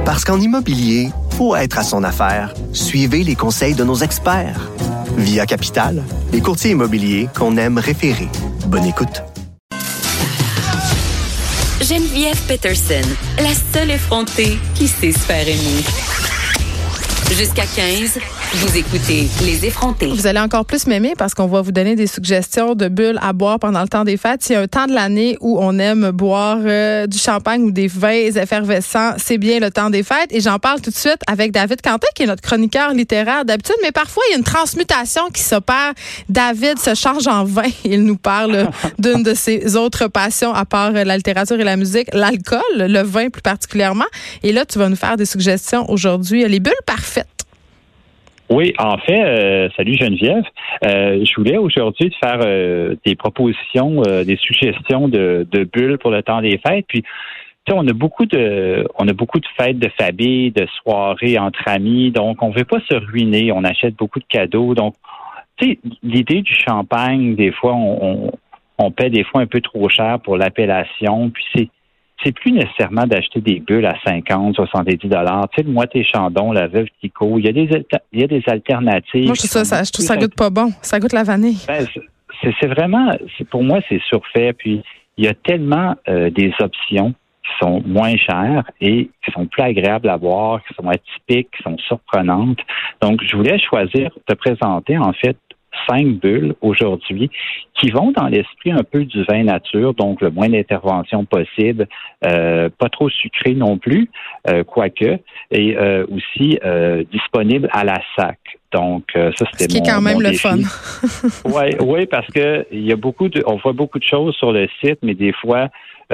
Parce qu'en immobilier, faut être à son affaire. Suivez les conseils de nos experts. Via Capital, les courtiers immobiliers qu'on aime référer. Bonne écoute. Geneviève Peterson, la seule effrontée qui sait se faire aimer. Jusqu'à 15, vous écoutez Les effrontés. Vous allez encore plus m'aimer parce qu'on va vous donner des suggestions de bulles à boire pendant le temps des fêtes. Il y a un temps de l'année où on aime boire du champagne ou des vins effervescents. C'est bien le temps des fêtes. Et j'en parle tout de suite avec David Quentin, qui est notre chroniqueur littéraire d'habitude. Mais parfois, il y a une transmutation qui s'opère. David se change en vin. Il nous parle d'une de ses autres passions, à part la littérature et la musique, l'alcool, le vin plus particulièrement. Et là, tu vas nous faire des suggestions aujourd'hui. Les bulles parfaites. Oui, en fait, salut Geneviève. Je voulais aujourd'hui te faire des propositions, des suggestions de bulles pour le temps des fêtes. Puis, tu sais, on a beaucoup de fêtes de famille, de soirées entre amis. Donc, on veut pas se ruiner. On achète beaucoup de cadeaux. Donc, tu sais, l'idée du champagne, des fois, on paie des fois un peu trop cher pour l'appellation. Puis c'est plus nécessairement d'acheter des bulles à 50, 70 $. Tu sais, le Moët & Chandon, la Veuve Clicquot, il y a des alternatives. Moi, je trouve ça goûte pas bon. Ça goûte la vanille. Ben, c'est vraiment, pour moi, c'est surfait. Puis, il y a tellement des options qui sont moins chères et qui sont plus agréables à boire, qui sont atypiques, qui sont surprenantes. Donc, je voulais choisir, te présenter, en fait, 5 bulles aujourd'hui qui vont dans l'esprit un peu du vin nature, donc le moins d'intervention possible, pas trop sucré non plus, quoique, et aussi disponible à la sac. Donc, ça, c'était ce qui est quand même le défi. fun. Oui, parce que il y a on voit beaucoup de choses sur le site, mais des fois,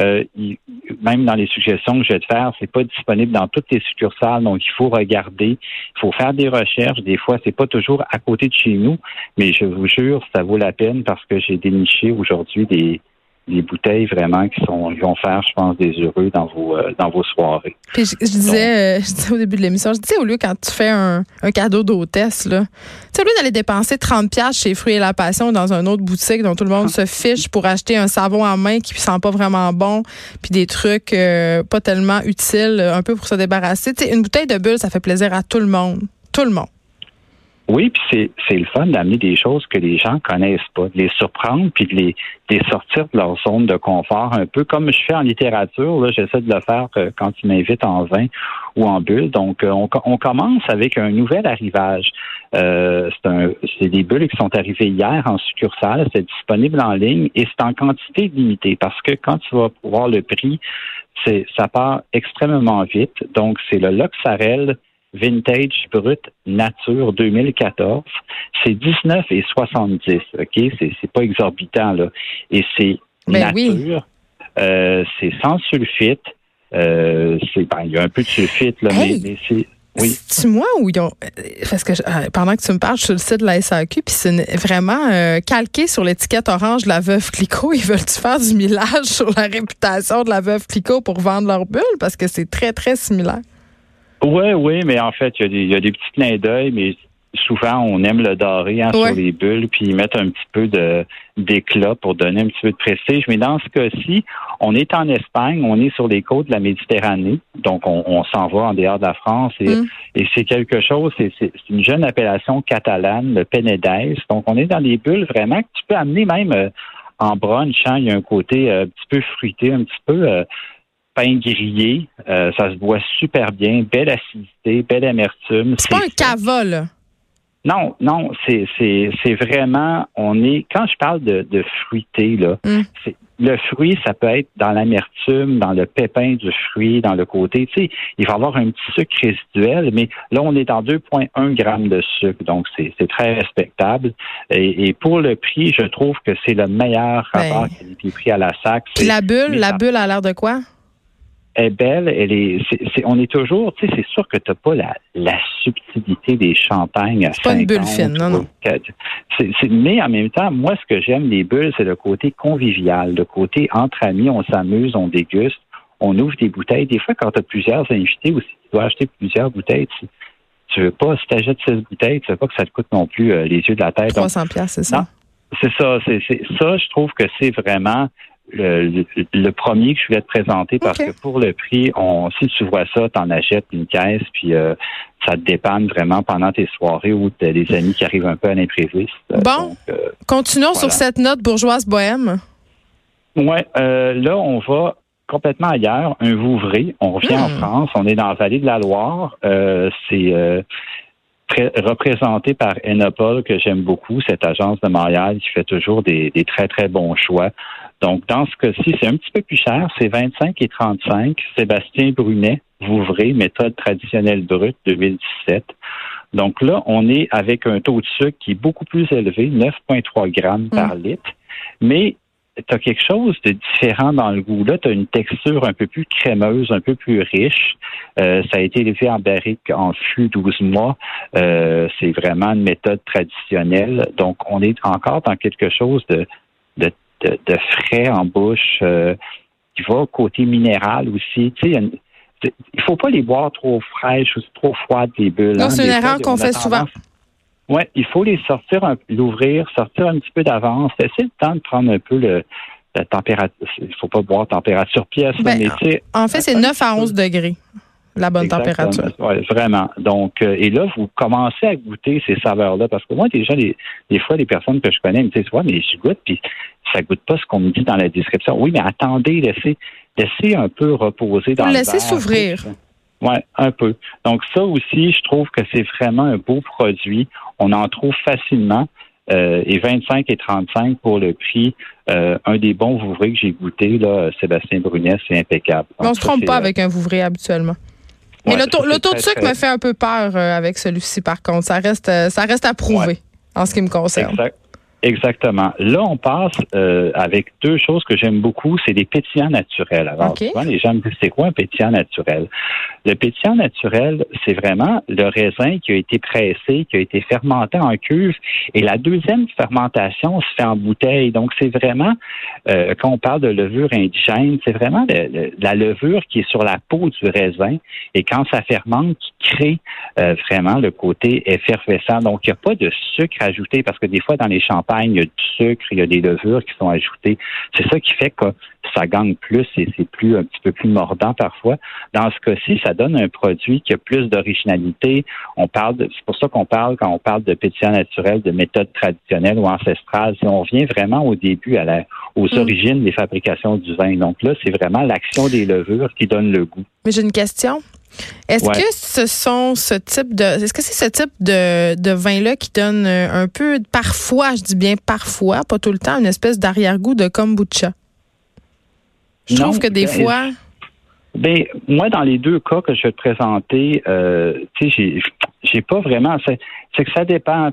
même dans les suggestions que je vais te faire, c'est pas disponible dans toutes les succursales, donc il faut regarder, il faut faire des recherches. Des fois, c'est pas toujours à côté de chez nous, mais je vous jure, ça vaut la peine parce que j'ai déniché aujourd'hui des bouteilles vraiment qui vont faire, je pense, des heureux dans vos soirées. Puis je disais au début de l'émission, au lieu quand tu fais un cadeau d'hôtesse, là, tu sais, au lieu d'aller dépenser 30$ chez Fruits et la Passion dans une autre boutique dont tout le monde se fiche pour acheter un savon à main qui sent pas vraiment bon, puis des trucs pas tellement utiles, un peu pour se débarrasser. Tu sais, une bouteille de bulles, ça fait plaisir à tout le monde. Tout le monde. Oui, puis c'est le fun d'amener des choses que les gens connaissent pas, de les surprendre puis de les sortir de leur zone de confort, un peu comme je fais en littérature. Là, j'essaie de le faire quand ils m'invitent en vin ou en bulle. Donc, on commence avec un nouvel arrivage. C'est des bulles qui sont arrivées hier en succursale. C'est disponible en ligne et c'est en quantité limitée parce que quand tu vas voir le prix, ça part extrêmement vite. Donc, c'est le Loxarel Vintage Brut Nature 2014, c'est 19,70, OK? C'est pas exorbitant, là. Et c'est nature, c'est sans sulfite, il y a un peu de sulfite, là, mais c'est... Oui. C'est moi ou ils ont... Parce que pendant que tu me parles, je suis sur le site de la SAQ, puis c'est vraiment calqué sur l'étiquette orange de la Veuve Clicquot. Ils veulent-tu faire du millage sur la réputation de la Veuve Clicquot pour vendre leurs bulles? Parce que c'est très, très similaire. Oui, mais en fait, il y a des petits clins d'œil, mais souvent, on aime le doré sur les bulles, puis ils mettent un petit peu d'éclat pour donner un petit peu de prestige. Mais dans ce cas-ci, on est en Espagne, on est sur les côtes de la Méditerranée, donc on s'en va en dehors de la France, et c'est quelque chose, c'est une jeune appellation catalane, le Penedès. Donc, on est dans des bulles vraiment que tu peux amener même en brunch. Il y a un côté un petit peu fruité, un petit peu... pain grillé, ça se boit super bien, belle acidité, belle amertume. C'est pas un cava, là? Non, c'est vraiment, quand je parle de fruité, là, le fruit, ça peut être dans l'amertume, dans le pépin du fruit, dans le côté, tu sais, il va y avoir un petit sucre résiduel, mais là, on est dans 2,1 grammes de sucre, donc c'est très respectable. Et pour le prix, je trouve que c'est le meilleur rapport qualité-prix à la sac. Puis la bulle a l'air de quoi? Elle est belle, on est toujours, tu sais, c'est sûr que tu n'as pas la subtilité des champagnes à 50. C'est pas une bulle fine, non. Mais en même temps, moi, ce que j'aime des bulles, c'est le côté convivial, le côté entre amis, on s'amuse, on déguste, on ouvre des bouteilles. Des fois, quand tu as plusieurs invités ou si tu dois acheter plusieurs bouteilles, tu veux pas, si tu achètes 6 bouteilles, tu veux pas que ça te coûte non plus les yeux de la tête. 300$, c'est ça? Non, c'est ça. Ça, je trouve que c'est vraiment le premier que je voulais te présenter parce que pour le prix, si tu vois ça, t'en achètes une caisse, puis ça te dépanne vraiment pendant tes soirées ou t'as des amis qui arrivent un peu à l'impréviste. Bon, continuons sur cette note bourgeoise bohème. Ouais, là, on va complètement ailleurs. Un Vouvray, on revient en France, on est dans la vallée de la Loire. C'est représenté par Enopole, que j'aime beaucoup, cette agence de Montréal qui fait toujours des très, très bons choix. Donc, dans ce cas-ci, c'est un petit peu plus cher, c'est 25 et 35. Sébastien Brunet, Vouvray, méthode traditionnelle brute 2017. Donc là, on est avec un taux de sucre qui est beaucoup plus élevé, 9,3 grammes par litre. Mais tu as quelque chose de différent dans le goût. Là, tu as une texture un peu plus crémeuse, un peu plus riche. Ça a été élevé en barrique en fût 12 mois. C'est vraiment une méthode traditionnelle. Donc, on est encore dans quelque chose de frais en bouche qui va côté minéral aussi. Tu sais, il faut pas les boire trop fraîches ou trop froides, les bulles. Non, c'est une erreur qu'on fait souvent. Oui, il faut les sortir, l'ouvrir, sortir un petit peu d'avance. C'est le temps de prendre un peu la température. Il faut pas boire température pièce. Mais en fait, c'est 9 à 11 degrés, la bonne température. Oui, vraiment. Donc, et là, vous commencez à goûter ces saveurs-là. Parce que moi, déjà, des fois, les personnes que je connais me disent, ouais, mais je goûte, puis ça goûte pas ce qu'on me dit dans la description. Oui, mais attendez, laissez un peu reposer dans le verre. Laissez s'ouvrir. Oui, un peu. Donc, ça aussi, je trouve que c'est vraiment un beau produit. On en trouve facilement. Et 25 et 35 pour le prix. Un des bons Vouvray que j'ai goûté, là, Sébastien Brunet, c'est impeccable. Donc, on se trompe pas avec un Vouvray habituellement. Mais le taux de sucre me fait un peu peur avec celui-ci, par contre. Ça reste à prouver en ce qui me concerne. Exactement. Là, on passe avec deux choses que j'aime beaucoup, c'est des pétillants naturels. Alors, souvent, les gens me disent, c'est quoi un pétillant naturel? Le pétillant naturel, c'est vraiment le raisin qui a été pressé, qui a été fermenté en cuve, et la deuxième fermentation se fait en bouteille. Donc, c'est vraiment, quand on parle de levure indigène, c'est vraiment la levure qui est sur la peau du raisin, et quand ça fermente, qui crée vraiment le côté effervescent. Donc, il n'y a pas de sucre ajouté, parce que des fois, dans les champagnes, il y a du sucre, il y a des levures qui sont ajoutées. C'est ça qui fait que ça gagne plus et c'est un petit peu plus mordant parfois. Dans ce cas-ci, ça donne un produit qui a plus d'originalité. C'est pour ça qu'on parle, quand on parle de pétillant naturel, de méthode traditionnelle ou ancestrale, si on revient vraiment au début, aux origines des fabrications du vin. Donc là, c'est vraiment l'action des levures qui donne le goût. Mais j'ai une question. Est-ce que c'est ce type de vin-là qui donne un peu, parfois, je dis bien parfois, pas tout le temps, une espèce d'arrière-goût de kombucha? Je trouve que des fois... Moi, dans les deux cas que je vais te présenter, tu sais, j'ai pas vraiment... C'est que ça dépend.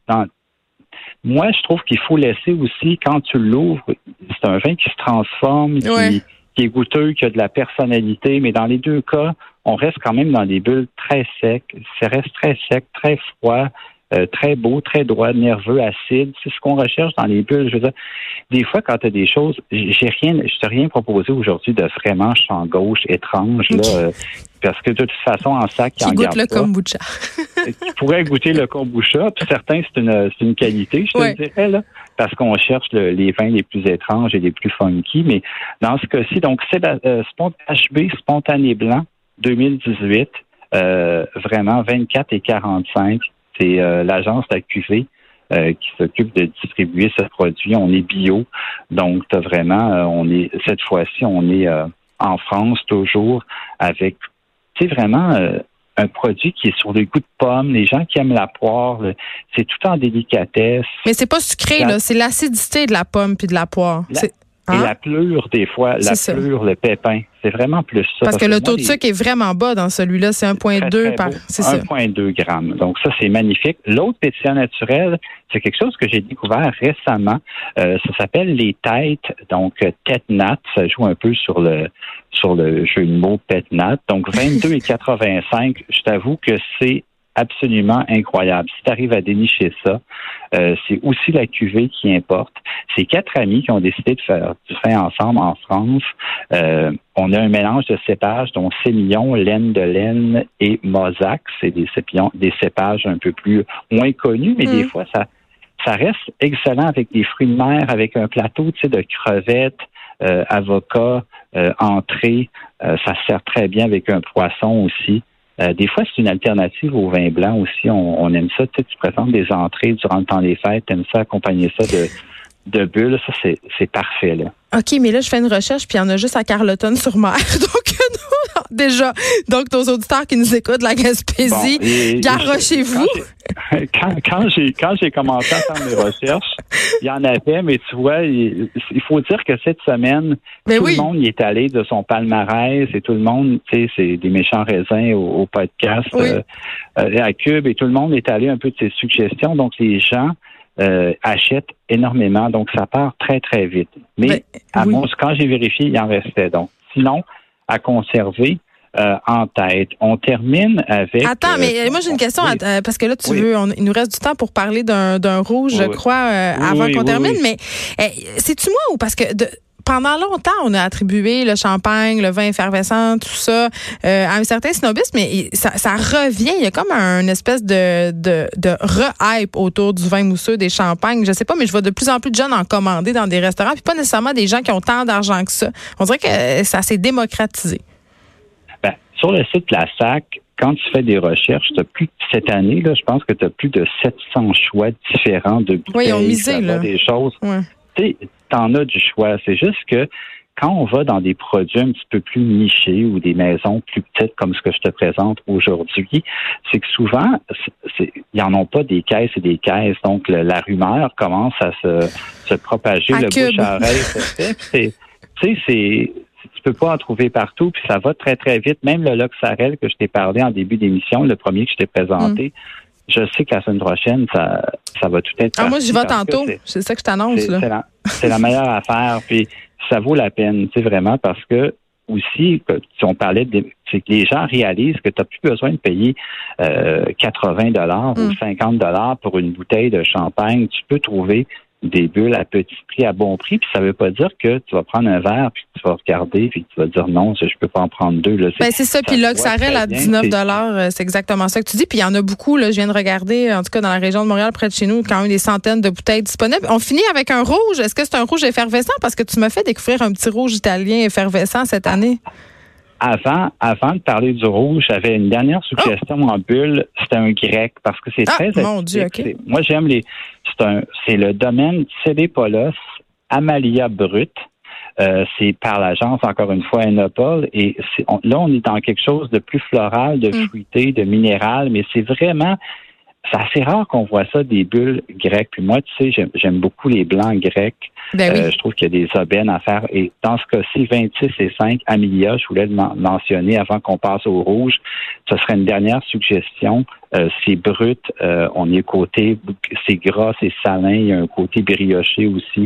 Moi, je trouve qu'il faut laisser aussi, quand tu l'ouvres, c'est un vin qui se transforme, qui est goûteux, qui a de la personnalité, mais dans les deux cas, on reste quand même dans des bulles très secs. Ça reste très sec, très froid, très beau, très droit, nerveux, acide. C'est ce qu'on recherche dans les bulles. Je veux dire, des fois, quand tu as des choses, je t'ai rien proposé aujourd'hui de vraiment champ gauche étrange, là, parce que de toute façon, en sac, il en garde goûte le kombucha. Tu pourrais goûter le kombucha, puis certains, c'est une qualité, je te dirais, là, parce qu'on cherche les vins les plus étranges et les plus funky. Mais dans ce cas-ci, donc, c'est HB Spontané Blanc 2018, vraiment 24 et 45. C'est l'agence de la cuvée qui s'occupe de distribuer ce produit. On est bio, donc t'as vraiment, cette fois-ci, on est en France toujours avec, tu sais, vraiment un produit qui est sur le goût de pomme. Les gens qui aiment la poire, c'est tout en délicatesse. Mais c'est pas sucré, là, c'est l'acidité de la pomme puis de la poire. Et la pleure, des fois, pleure, le pépin. C'est vraiment plus ça. Parce que le taux de sucre est vraiment bas dans celui-là. C'est 1,2 par... C'est 1,2 grammes. Donc ça, c'est magnifique. L'autre pétillant naturel, c'est quelque chose que j'ai découvert récemment. Ça s'appelle les têtes. Donc, tête nat. Ça joue un peu sur le jeu de mots tête nat. Donc, 22,85. Je t'avoue que c'est absolument incroyable. Si tu arrives à dénicher ça, c'est aussi la cuvée qui importe. C'est 4 amis qui ont décidé de faire du vin ensemble en France. On a un mélange de cépages, dont Sémillon, Laine de Laine et Mosaque. C'est des cépages un peu moins connus, mais des fois, ça reste excellent avec des fruits de mer, avec un plateau, tu sais, de crevettes, avocat, entrée. Ça se sert très bien avec un poisson aussi. Des fois, c'est une alternative au vin blanc aussi. On aime ça. Tu présentes des entrées durant le temps des fêtes. Tu aimes ça accompagner ça de bulles. Ça, c'est parfait, là. OK, mais là, je fais une recherche, puis il y en a juste à Carleton-sur-Mer. Donc, nous, déjà, donc nos auditeurs qui nous écoutent de la Gaspésie, garochez-vous. Quand j'ai commencé à faire mes recherches, il y en avait, mais tu vois, il faut dire que cette semaine, le monde y est allé de son palmarès et tout le monde, tu sais, c'est des méchants raisins au podcast, à Cube, et tout le monde est allé un peu de ses suggestions. Donc, les gens achètent énormément, donc ça part très, très vite. Mais quand j'ai vérifié, il en restait. Donc, sinon, à conserver en tête. On termine avec... Attends, mais moi j'ai une question, parce que là, il nous reste du temps pour parler d'un rouge, je crois, avant qu'on termine, mais c'est-tu moi ou parce que... Pendant longtemps, on a attribué le champagne, le vin effervescent, tout ça, à un certain snobisme, mais ça revient. Il y a comme une espèce de re-hype autour du vin mousseux, des champagnes. Je sais pas, mais je vois de plus en plus de jeunes en commander dans des restaurants, puis pas nécessairement des gens qui ont tant d'argent que ça. On dirait que ça s'est démocratisé. Ben, sur le site La SAC, quand tu fais des recherches, cette année, là, je pense que tu as plus de 700 choix différents de bouteilles. Oui, ils ont misé, là. Des choses. Ouais. Tu sais, t'en as du choix. C'est juste que quand on va dans des produits un petit peu plus nichés ou des maisons plus petites comme ce que je te présente aujourd'hui, c'est que souvent, ils n'en ont pas des caisses et des caisses. Donc, la rumeur commence à se propager. Le bouche à oreille, tu peux pas en trouver partout, puis ça va très, très vite. Même le Loxarel que je t'ai parlé en début d'émission, le premier que je t'ai présenté, je sais que la semaine prochaine, ça va tout être... moi, j'y vais tantôt. C'est ça que je t'annonce. C'est la meilleure affaire. Puis ça vaut la peine, tu sais, vraiment, parce que aussi, si on parlait c'est que les gens réalisent que tu n'as plus besoin de payer 80 ou 50 $ pour une bouteille de champagne. Tu peux trouver des bulles à petit prix, à bon prix, puis ça veut pas dire que tu vas prendre un verre, puis tu vas regarder, puis tu vas dire non, je peux pas en prendre deux. Là, c'est ça, puis Loxarel à 19 $, c'est exactement ça que tu dis, puis il y en a beaucoup, là, je viens de regarder, en tout cas dans la région de Montréal, près de chez nous, quand même des centaines de bouteilles disponibles. On finit avec un rouge. Est-ce que c'est un rouge effervescent? Parce que tu m'as fait découvrir un petit rouge italien effervescent cette année. Avant de parler du rouge, j'avais une dernière suggestion en bulle. C'était un grec parce que c'est très mon Dieu, okay. Moi, j'aime c'est le domaine Célépolos Amalia Brut. C'est par l'agence, encore une fois, Enopole. Et là, on est dans quelque chose de plus floral, de fruité, de minéral, mais c'est vraiment... C'est assez rare qu'on voit ça, des bulles grecques. Puis moi, tu sais, j'aime beaucoup les blancs grecs. Je trouve qu'il y a des aubaines à faire. Et dans ce cas-ci, 26 et 5, Amelia, je voulais le mentionner avant qu'on passe au rouge. Ce serait une dernière suggestion. C'est brut. On est côté, c'est gras, c'est salin. Il y a un côté brioché aussi.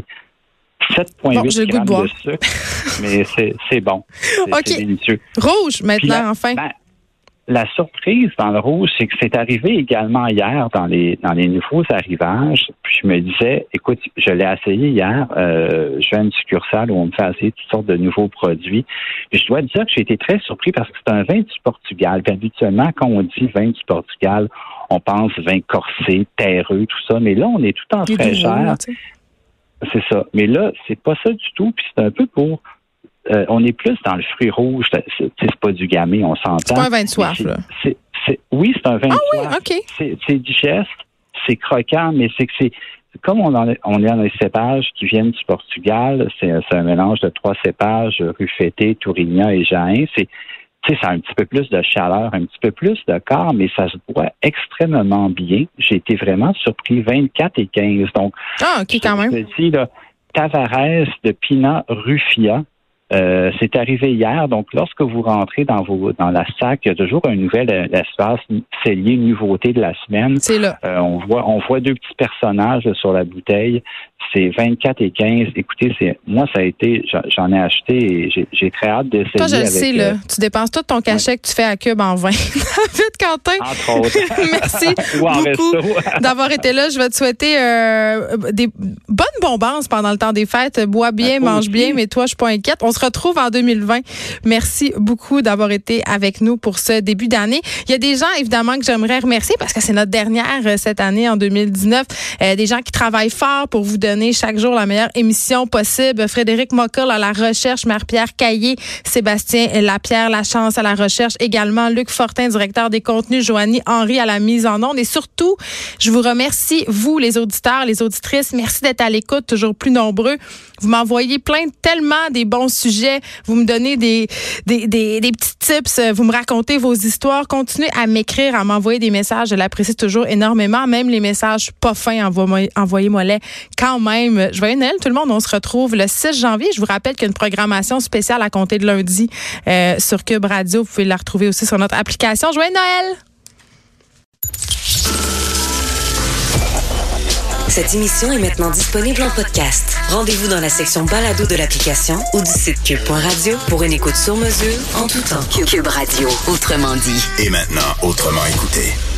7,8 grammes de sucre. Mais c'est bon. C'est délicieux. Rouge, maintenant, enfin. La surprise dans le rouge, c'est que c'est arrivé également hier dans les nouveaux arrivages. Puis je me disais, écoute, je l'ai essayé hier. Je vais à une succursale où on me fait essayer toutes sortes de nouveaux produits. Puis je dois dire que j'ai été très surpris parce que c'est un vin du Portugal. Puis habituellement, quand on dit vin du Portugal, on pense vin corsé, terreux, tout ça. Mais là, on est tout en fraîcheur. C'est ça. Mais là, c'est pas ça du tout. Puis c'est un peu pour... on est plus dans le fruit rouge. C'est pas du gamay, on s'entend. C'est pas un vin de soif, là. Oui, c'est un vin de soif. Oui, OK. C'est digeste, c'est croquant, mais c'est que comme on est dans les cépages qui viennent du Portugal, c'est un mélange de 3 cépages, Ruffeté, Tourignan et Jaén. Ça a un petit peu plus de chaleur, un petit peu plus de corps, mais ça se boit extrêmement bien. J'ai été vraiment surpris, 24 et 15. Donc, OK, quand même. Je dis, là, Tavares de Pinot Ruffia. C'est arrivé hier. Donc, lorsque vous rentrez dans la SAC, il y a toujours un nouvel espace cellier nouveauté de la semaine. C'est là. On voit 2 petits personnages sur la bouteille. C'est 24 et 15. Écoutez, moi, ça a été, j'en ai acheté et j'ai très hâte d'essayer. Toi, je le sais, là. Tu dépenses tout ton cachet que tu fais à Cube en vin. David Quentin. Entre autres. Merci beaucoup d'avoir été là. Je vais te souhaiter des bonnes bombances pendant le temps des fêtes. Bois bien, mange bien, mais toi, je suis pas inquiète. On se retrouve en 2020. Merci beaucoup d'avoir été avec nous pour ce début d'année. Il y a des gens, évidemment, que j'aimerais remercier parce que c'est notre dernière cette année, en 2019. Des gens qui travaillent fort pour vous donner donner chaque jour la meilleure émission possible. Frédéric Mockel à la recherche, Marie-Pierre Caillé, Sébastien Lapierre Lachance à la recherche, également Luc Fortin, directeur des contenus, Joanie Henry à la mise en onde. Et surtout, je vous remercie, vous, les auditeurs, les auditrices. Merci d'être à l'écoute, toujours plus nombreux. Vous m'envoyez tellement des bons sujets. Vous me donnez des petits tips. Vous me racontez vos histoires. Continuez à m'écrire, à m'envoyer des messages. Je l'apprécie toujours énormément. Même les messages pas fins, envoyez-moi-les quand même. Joyeux Noël, tout le monde. On se retrouve le 6 janvier. Je vous rappelle qu'il y a une programmation spéciale à compter de lundi sur Cube Radio. Vous pouvez la retrouver aussi sur notre application. Joyeux Noël! Cette émission est maintenant disponible en podcast. Rendez-vous dans la section balado de l'application ou du site cube.radio pour une écoute sur mesure en tout temps. Cube Radio, autrement dit. Et maintenant, autrement écouté.